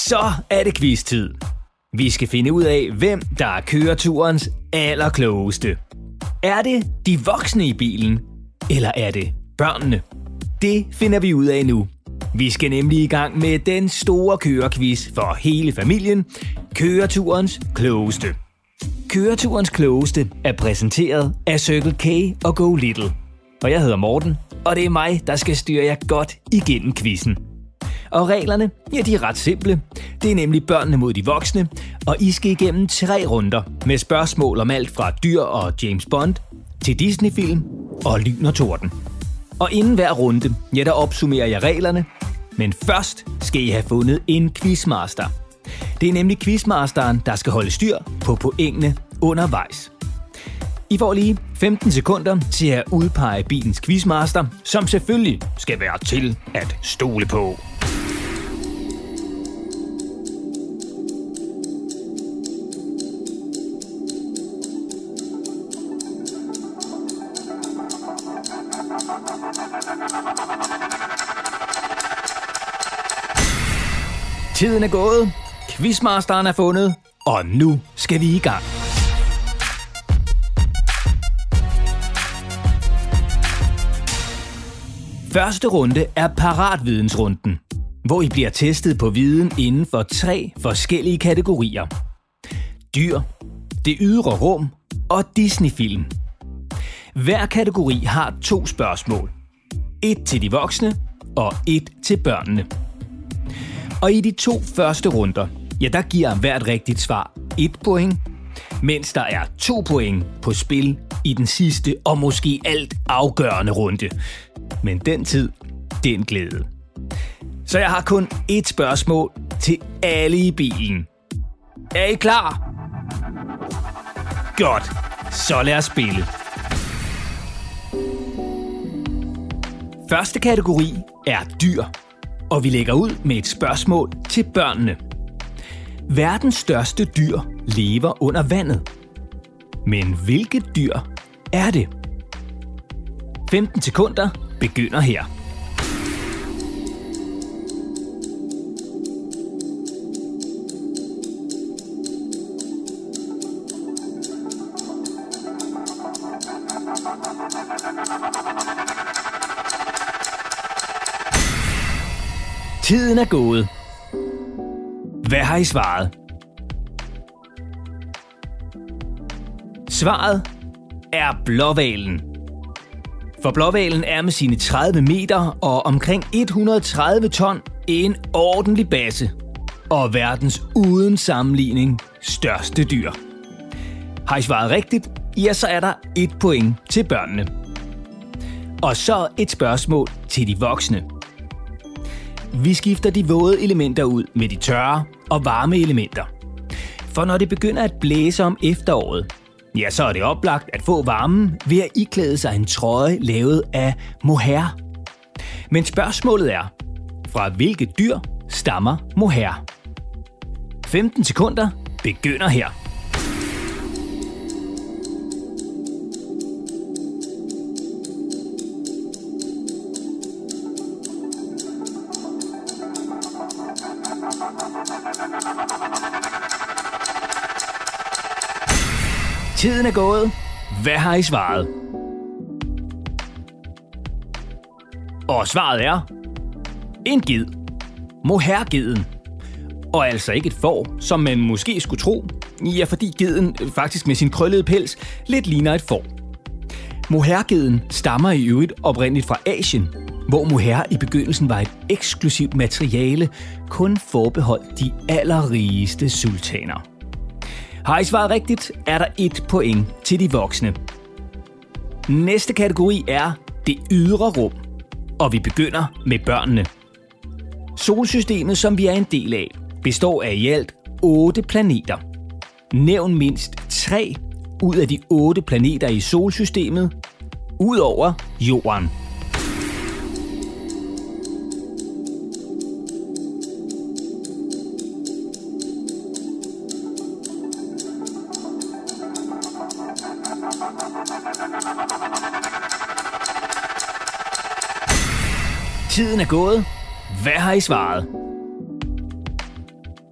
Så er det quiz-tid. Vi skal finde ud af, hvem der er køreturens allerklogeste. Er det de voksne i bilen, eller er det børnene? Det finder vi ud af nu. Vi skal nemlig i gang med den store kørequiz for hele familien, køreturens klogeste. Køreturens klogeste er præsenteret af Circle K og Go Little. Og jeg hedder Morten, og det er mig, der skal styre jer godt igennem quizzen. Og reglerne, ja, de er ret simple. Det er nemlig børnene mod de voksne, og I skal igennem 3 runder med spørgsmål om alt fra dyr og James Bond til Disney-film og lyn og torden. Og inden hver runde, ja, der opsummerer jeg reglerne, men først skal I have fundet en quizmaster. Det er nemlig quizmasteren, der skal holde styr på pointene undervejs. I får lige 15 sekunder til at udpege bilens quizmaster, som selvfølgelig skal være til at stole på. Tiden er gået, quizmasteren er fundet, og nu skal vi i gang. Første runde er paratvidensrunden, hvor I bliver testet på viden inden for 3 forskellige kategorier. Dyr, det ydre rum og Disney-film. Hver kategori har 2 spørgsmål. 1 til de voksne og 1 til børnene. Og i de 2 første runder, ja, der giver hvert rigtigt svar 1 point, mens der er 2 point på spil i den sidste og måske alt afgørende runde. Men den tid, det er en glæde. Så jeg har kun 1 spørgsmål til alle i bilen. Er I klar? Godt, så lad os spille. Første kategori er dyr, og vi lægger ud med et spørgsmål til børnene. Verdens største dyr lever under vandet. Men hvilket dyr er det? 15 sekunder begynder her. Tiden er gået. Hvad har I svaret? Svaret er blåhvalen. For blåhvalen er med sine 30 meter og omkring 130 ton en ordentlig basse. Og verdens uden sammenligning største dyr. Har I svaret rigtigt? Ja, så er der 1 point til børnene. Og så et spørgsmål til de voksne. Vi skifter de våde elementer ud med de tørre og varme elementer. For når det begynder at blæse om efteråret, ja, så er det oplagt at få varmen ved at iklæde sig en trøje lavet af mohair. Men spørgsmålet er, fra hvilket dyr stammer mohair? 15 sekunder begynder her. Tiden er gået. Hvad har I svaret? Og svaret er en ged. Mohairgeden. Og altså ikke et får, som man måske skulle tro. Ja, fordi geden faktisk med sin krøllede pels lidt ligner et får. Mohairgeden stammer i øvrigt oprindeligt fra Asien, hvor mohair i begyndelsen var et eksklusivt materiale, kun forbeholdt de allerrigeste sultaner. Har I svaret rigtigt, er der 1 point til de voksne. Næste kategori er det ydre rum, og vi begynder med børnene. Solsystemet, som vi er en del af, består af i alt 8 planeter. Nævn mindst 3 ud af de 8 planeter i solsystemet, ud over Jorden. Tiden er gået. Hvad har I svaret?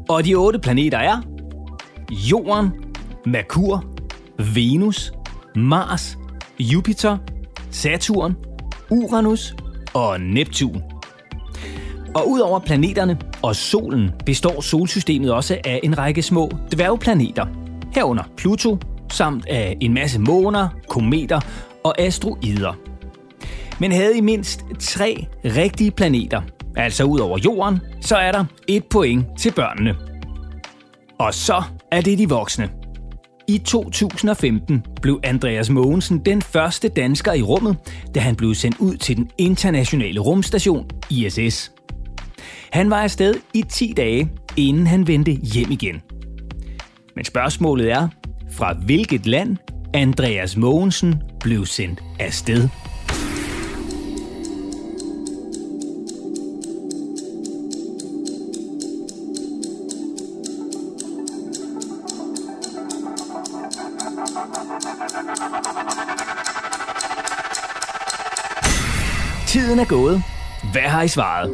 Og de 8 planeter er Jorden, Merkur, Venus, Mars, Jupiter, Saturn, Uranus og Neptun. Og udover planeterne og solen består solsystemet også af en række små dværgplaneter, herunder Pluto, samt af en masse måner, kometer og asteroider. Men havde I mindst 3 rigtige planeter, altså udover Jorden, så er der 1 point til børnene. Og så er det de voksne. I 2015 blev Andreas Mogensen den første dansker i rummet, da han blev sendt ud til den internationale rumstation ISS. Han var afsted i 10 dage, inden han vendte hjem igen. Men spørgsmålet er, fra hvilket land Andreas Mogensen blev sendt afsted? Tiden er gået. Hvad har I svaret?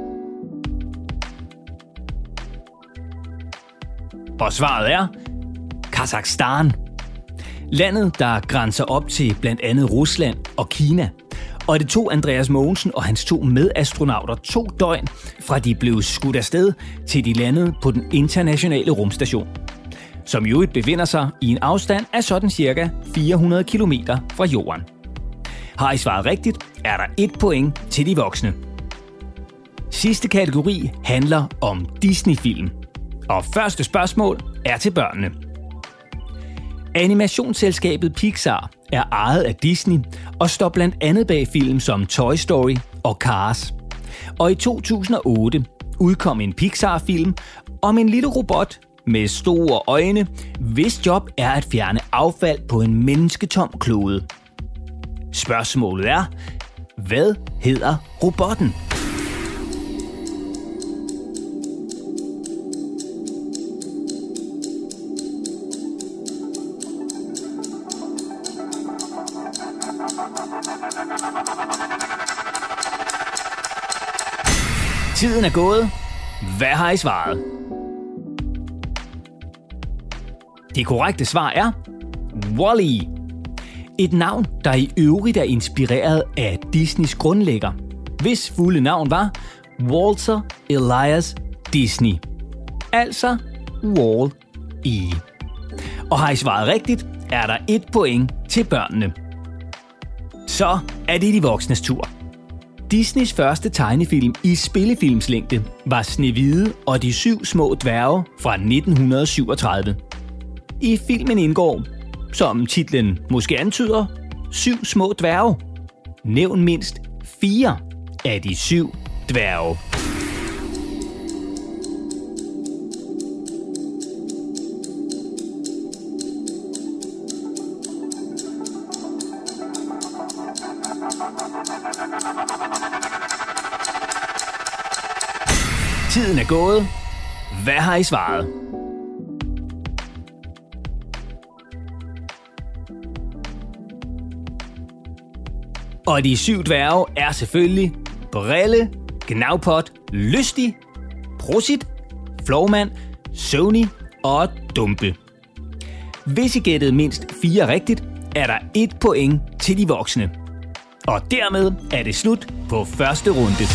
Og svaret er Kazakhstan. Landet, der grænser op til blandt andet Rusland og Kina. Og det tog Andreas Mogensen og hans 2 medastronauter 2 døgn, fra de blev skudt afsted, til de landede på den internationale rumstation, som jo befinder sig i en afstand af sådan cirka 400 km fra Jorden. Har I svaret rigtigt, er der 1 point til de voksne. Sidste kategori handler om Disney-film. Og første spørgsmål er til børnene. Animationsselskabet Pixar er ejet af Disney og står blandt andet bag film som Toy Story og Cars. Og i 2008 udkom en Pixar-film om en lille robot med store øjne, hvis job er at fjerne affald på en mennesketom klode. Spørgsmålet er, hvad hedder robotten? Tiden er gået. Hvad har I svaret? Det korrekte svar er Wall-E. Et navn, der i øvrigt er inspireret af Disneys grundlægger, hvis fulde navn var Walter Elias Disney. Altså Wall-E. Og har I svaret rigtigt, er der 1 point til børnene. Så er det de voksnes tur. Disneys første tegnefilm i spillefilmslængde var Snehvide og de 7 små dværge fra 1937. I filmen indgår, som titlen måske antyder, 7 små dværge. Nævn mindst 4 af de 7 dværge. Tiden er gået. Hvad har I svaret? Og de 7 dværge er selvfølgelig Brille, Gnavpot, Lystig, Prosit, Flovmand, Sony og Dumpe. Hvis I gættede mindst 4 rigtigt, er der 1 point til de voksne. Og dermed er det slut på første runde.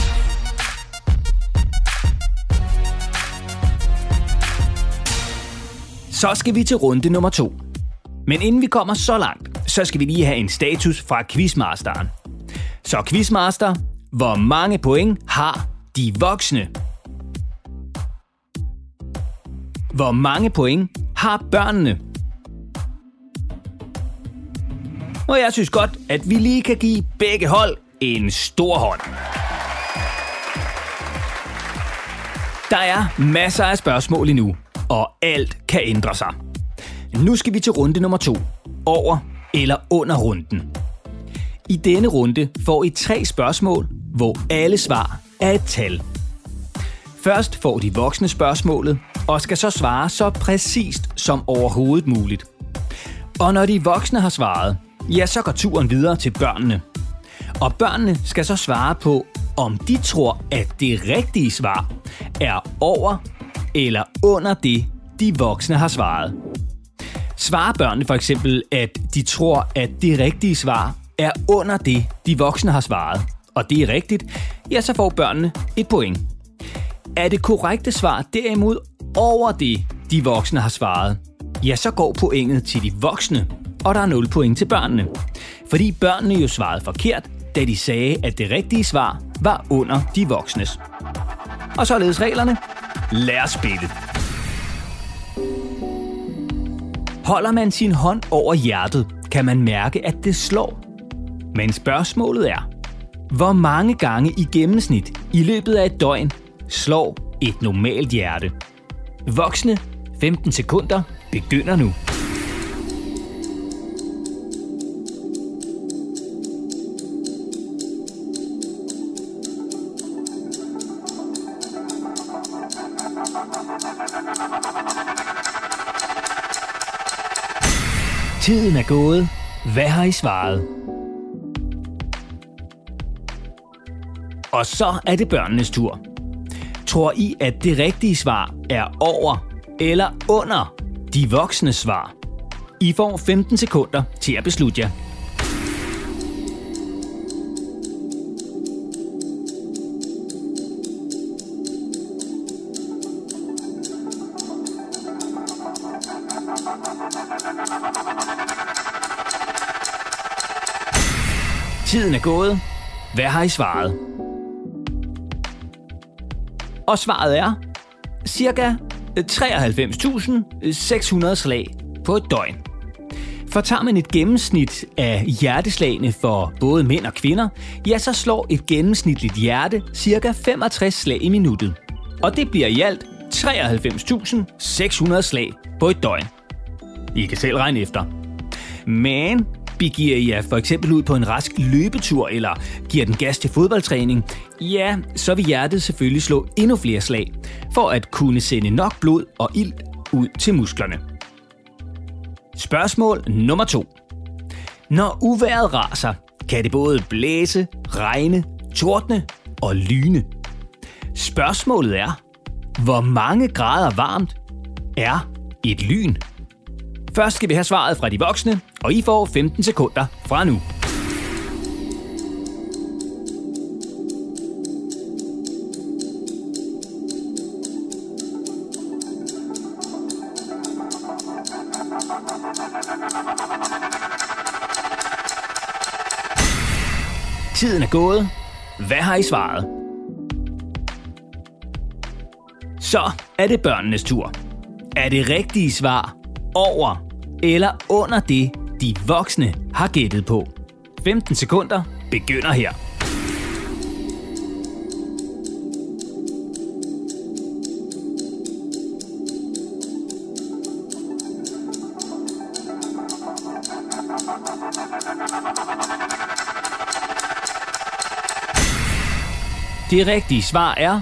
Så skal vi til runde nummer 2. Men inden vi kommer så langt, så skal vi lige have en status fra Quizmasteren. Så Quizmaster, hvor mange point har de voksne? Hvor mange point har børnene? Og jeg synes godt, at vi lige kan give begge hold en stor hånd. Der er masser af spørgsmål endnu, og alt kan ændre sig. Nu skal vi til runde nummer 2. Over eller under runden. I denne runde får I 3 spørgsmål, hvor alle svar er et tal. Først får de voksne spørgsmålet, og skal så svare så præcist som overhovedet muligt. Og når de voksne har svaret, ja, så går turen videre til børnene. Og børnene skal så svare på, om de tror, at det rigtige svar er over eller under det, de voksne har svaret. Svarer børnene for eksempel, at de tror, at det rigtige svar er under det, de voksne har svaret, og det er rigtigt, ja, så får børnene et point. Er det korrekte svar derimod over det, de voksne har svaret, ja, så går pointet til de voksne, og der er 0 point til børnene. Fordi børnene jo svarede forkert, da de sagde, at det rigtige svar var under de voksnes. Og således reglerne. Lad os spille. Holder man sin hånd over hjertet, kan man mærke, at det slår. Men spørgsmålet er, hvor mange gange i gennemsnit i løbet af et døgn slår et normalt hjerte? Voksne, 15 sekunder, begynder nu. Tiden er gået. Hvad har I svaret? Og så er det børnenes tur. Tror I, at det rigtige svar er over eller under de voksnes svar? I får 15 sekunder til at beslutte jer. Tiden er gået. Hvad har I svaret? Og svaret er cirka 93.600 slag på et døgn. For tager man et gennemsnit af hjerteslagene for både mænd og kvinder, ja, så slår et gennemsnitligt hjerte cirka 65 slag i minuttet. Og det bliver i alt 93.600 slag på et døgn. I kan selv regne efter. Men begiver I jer for eksempel ud på en rask løbetur eller giver den gas til fodboldtræning, ja, så vil hjertet selvfølgelig slå endnu flere slag, for at kunne sende nok blod og ilt ud til musklerne. Spørgsmål nummer 2. Når uvejret raser, kan det både blæse, regne, tordne og lyne. Spørgsmålet er, hvor mange grader varmt er et lyn? Først skal vi have svaret fra de voksne, og I får 15 sekunder fra nu. Tiden er gået. Hvad har I svaret? Så er det børnenes tur. Er det rigtige svar over eller under det, de voksne har gættet på? 15 sekunder begynder her. Det rigtige svar er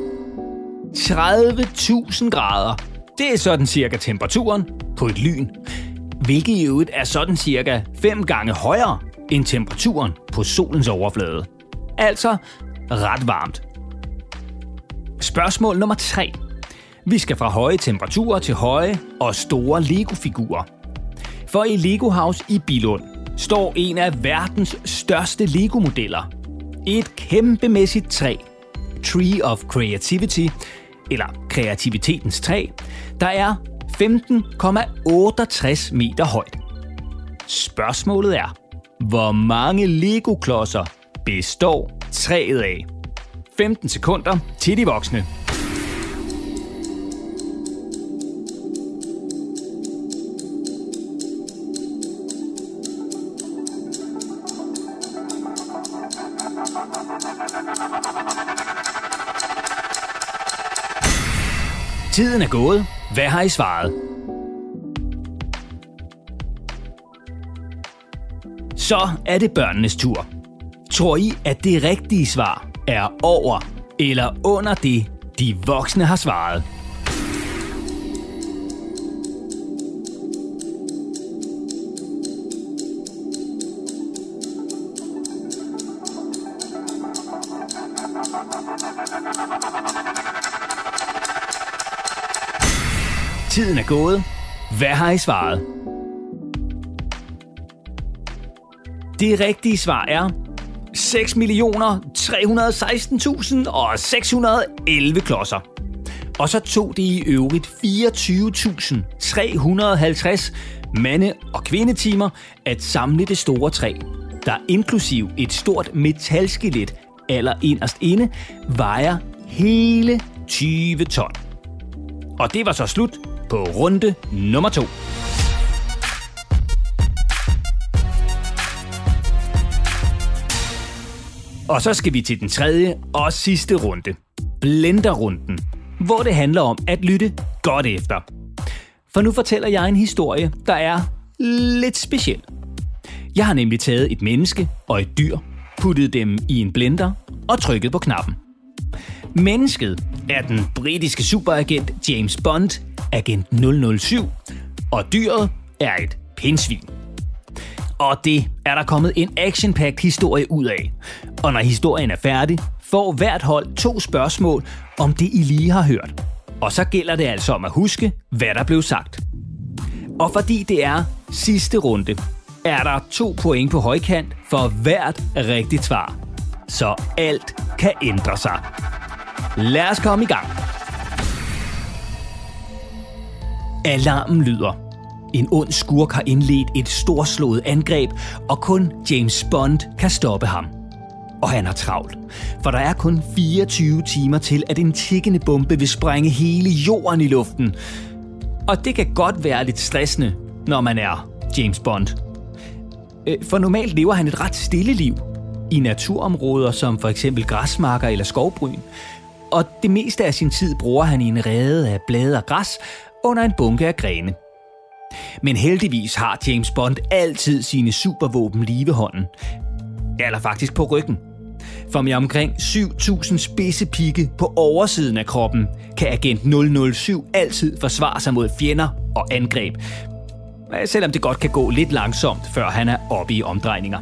30.000 grader. Det er sådan cirka temperaturen på et lyn, hvilket i øvrigt er sådan cirka 5 gange højere end temperaturen på solens overflade. Altså ret varmt. Spørgsmål nummer 3. Vi skal fra høje temperaturer til høje og store Lego-figurer. For i Lego House i Billund står en af verdens største Lego-modeller. Et kæmpemæssigt træ, Tree of Creativity, eller kreativitetens træ, der er 15,68 meter højt. Spørgsmålet er, hvor mange Lego-klodser består træet af? 15 sekunder til de voksne. Tiden er gået. Hvad har I svaret? Så er det børnenes tur. Tror I, at det rigtige svar er over eller under det, de voksne har svaret? Tiden er gået. Hvad har I svaret? Det rigtige svar er 6.316.611 klodser. Og så tog det i øvrigt 24.350 mande- og kvindetimer at samle det store træ, der inklusiv et stort metalskelet allerinderst inde vejer hele 20 ton. Og det var så slut på runde nummer 2. Og så skal vi til den tredje og sidste runde. Blenderrunden, hvor det handler om at lytte godt efter. For nu fortæller jeg en historie, der er lidt speciel. Jeg har nemlig taget et menneske og et dyr, puttet dem i en blender og trykket på knappen. Mennesket er den britiske superagent James Bond, agent 007, og dyret er et pindsvin. Og det er der kommet en action-packed historie ud af. Og når historien er færdig, får hvert hold 2 spørgsmål om det, I lige har hørt. Og så gælder det altså om at huske, hvad der blev sagt. Og fordi det er sidste runde, er der 2 point på højkant for hvert rigtigt svar. Så alt kan ændre sig. Lad os komme i gang. Alarmen lyder. En ond skurk har indledt et storslået angreb, og kun James Bond kan stoppe ham. Og han har travlt, for der er kun 24 timer til, at en tikkende bombe vil sprænge hele jorden i luften. Og det kan godt være lidt stressende, når man er James Bond. For normalt lever han et ret stille liv i naturområder som for eksempel græsmarker eller skovbryn. Og det meste af sin tid bruger han i en rede af blade og græs under en bunke af grene. Men heldigvis har James Bond altid sine supervåben lige ved hånden. Eller faktisk på ryggen. For med omkring 7.000 spidse pigge på oversiden af kroppen, kan agent 007 altid forsvare sig mod fjender og angreb. Selvom det godt kan gå lidt langsomt, før han er oppe i omdrejninger.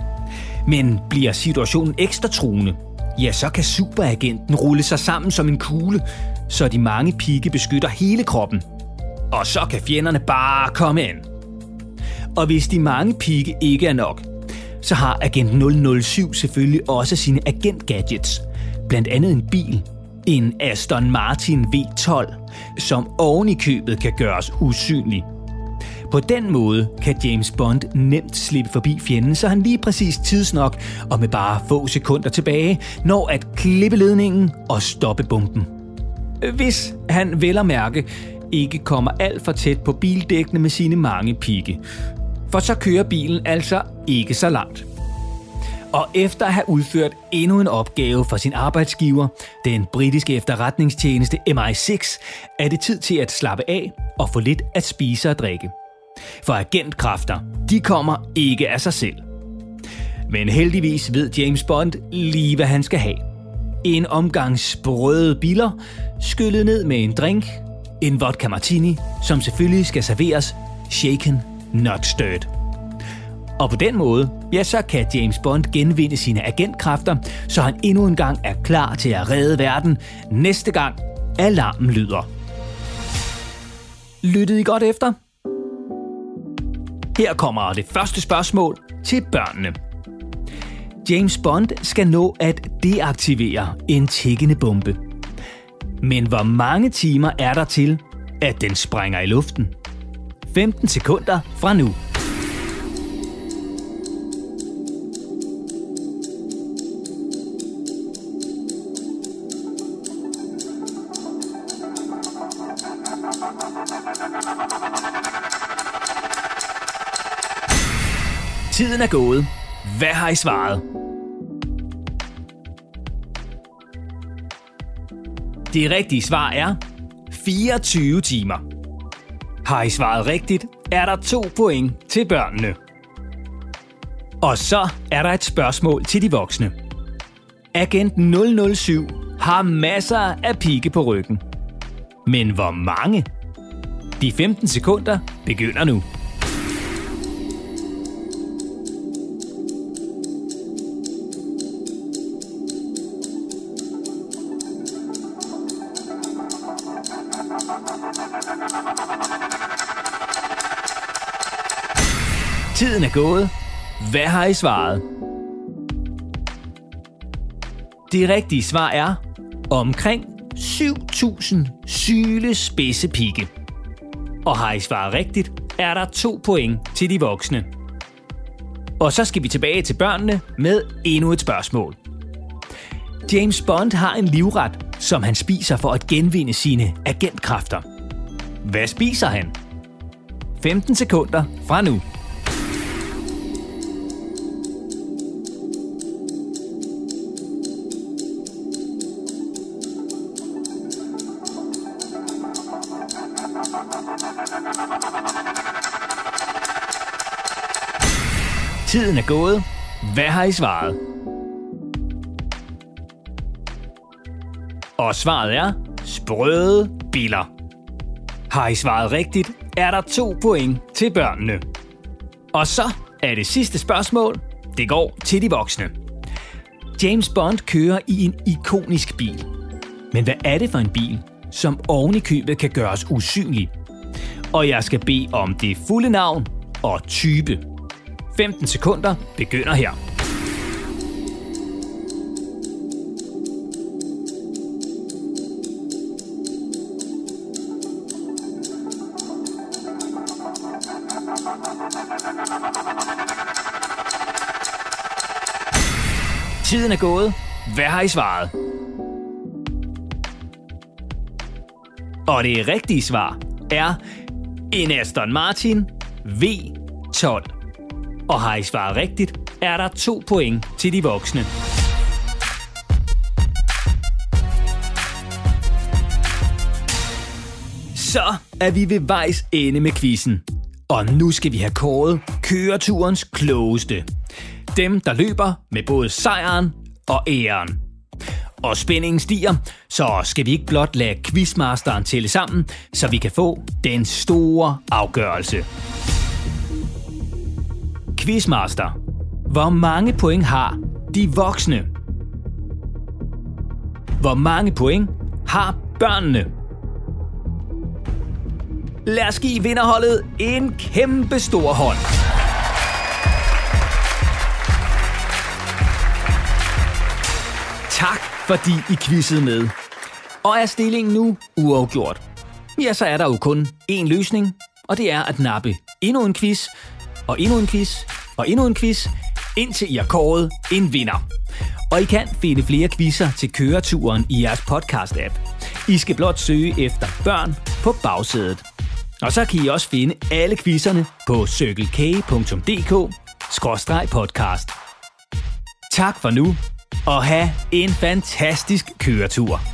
Men bliver situationen ekstra truende, ja, så kan superagenten rulle sig sammen som en kugle, så de mange pigge beskytter hele kroppen. Og så kan fjenderne bare komme ind. Og hvis de mange pigge ikke er nok, så har agent 007 selvfølgelig også sine agentgadgets. Blandt andet en bil, en Aston Martin V12, som oven i købet kan gøres usynlig. På den måde kan James Bond nemt slippe forbi fjenden, så han lige præcis tidsnok og med bare få sekunder tilbage når at klippe ledningen og stoppe bomben. Hvis han vel at mærke ikke kommer alt for tæt på bildækkene med sine mange pigge. For så kører bilen altså ikke så langt. Og efter at have udført endnu en opgave for sin arbejdsgiver, den britiske efterretningstjeneste MI6, er det tid til at slappe af og få lidt at spise og drikke. For agentkræfter, de kommer ikke af sig selv. Men heldigvis ved James Bond lige, hvad han skal have. En omgang sprøde biller, skyllet ned med en drink, en vodka martini, som selvfølgelig skal serveres shaken, not stirred. Og på den måde, ja, så kan James Bond genvinde sine agentkræfter, så han endnu en gang er klar til at redde verden, næste gang alarmen lyder. Lyttede I godt efter? Her kommer det første spørgsmål til børnene. James Bond skal nå at deaktivere en tikkende bombe. Men hvor mange timer er der til, at den sprænger i luften? 15 sekunder fra nu. Tiden er gået. Hvad har I svaret? Det rigtige svar er 24 timer. Har I svaret rigtigt, er der 2 point til børnene. Og så er der et spørgsmål til de voksne. Agent 007 har masser af pigge på ryggen. Men hvor mange? De 15 sekunder begynder nu. Tiden er gået. Hvad har I svaret? Det rigtige svar er omkring 7.000 syle spidse pigge. Og har I svaret rigtigt, er der 2 point til de voksne. Og så skal vi tilbage til børnene med endnu et spørgsmål. James Bond har en livret, som han spiser for at genvinde sine agentkræfter. Hvad spiser han? 15 sekunder fra nu. Tiden er gået. Hvad har I svaret? Og svaret er sprøde biller. Har I svaret rigtigt, er der 2 point til børnene. Og så er det sidste spørgsmål. Det går til de voksne. James Bond kører i en ikonisk bil. Men hvad er det for en bil, som oven i købet kan gøres usynlig? Og jeg skal bede om det fulde navn og type. 15 sekunder begynder her. Tiden er gået. Hvad har I svaret? Og det rigtige svar er en Aston Martin V12. Og har I svaret rigtigt, er der 2 point til de voksne. Så er vi ved vejs ende med quizzen. Og nu skal vi have kåret køreturens klogeste. Dem, der løber med både sejren og æren. Og spændingen stiger, så skal vi ikke blot lade quizmasteren tælle sammen, så vi kan få den store afgørelse. Quizmaster, hvor mange point har de voksne? Hvor mange point har børnene? Lad os give vinderholdet en kæmpe stor hånd. Tak fordi I quizzede med. Og er stillingen nu uafgjort? Ja, så er der jo kun én løsning, og det er at nappe endnu en quiz, og endnu en quiz, og endnu en quiz, indtil I har kåret en vinder. Og I kan finde flere quizzer til køreturen i jeres podcast-app. I skal blot søge efter børn på bagsædet. Og så kan I også finde alle quizzerne på circlek.dk/podcast. Tak for nu, og have en fantastisk køretur.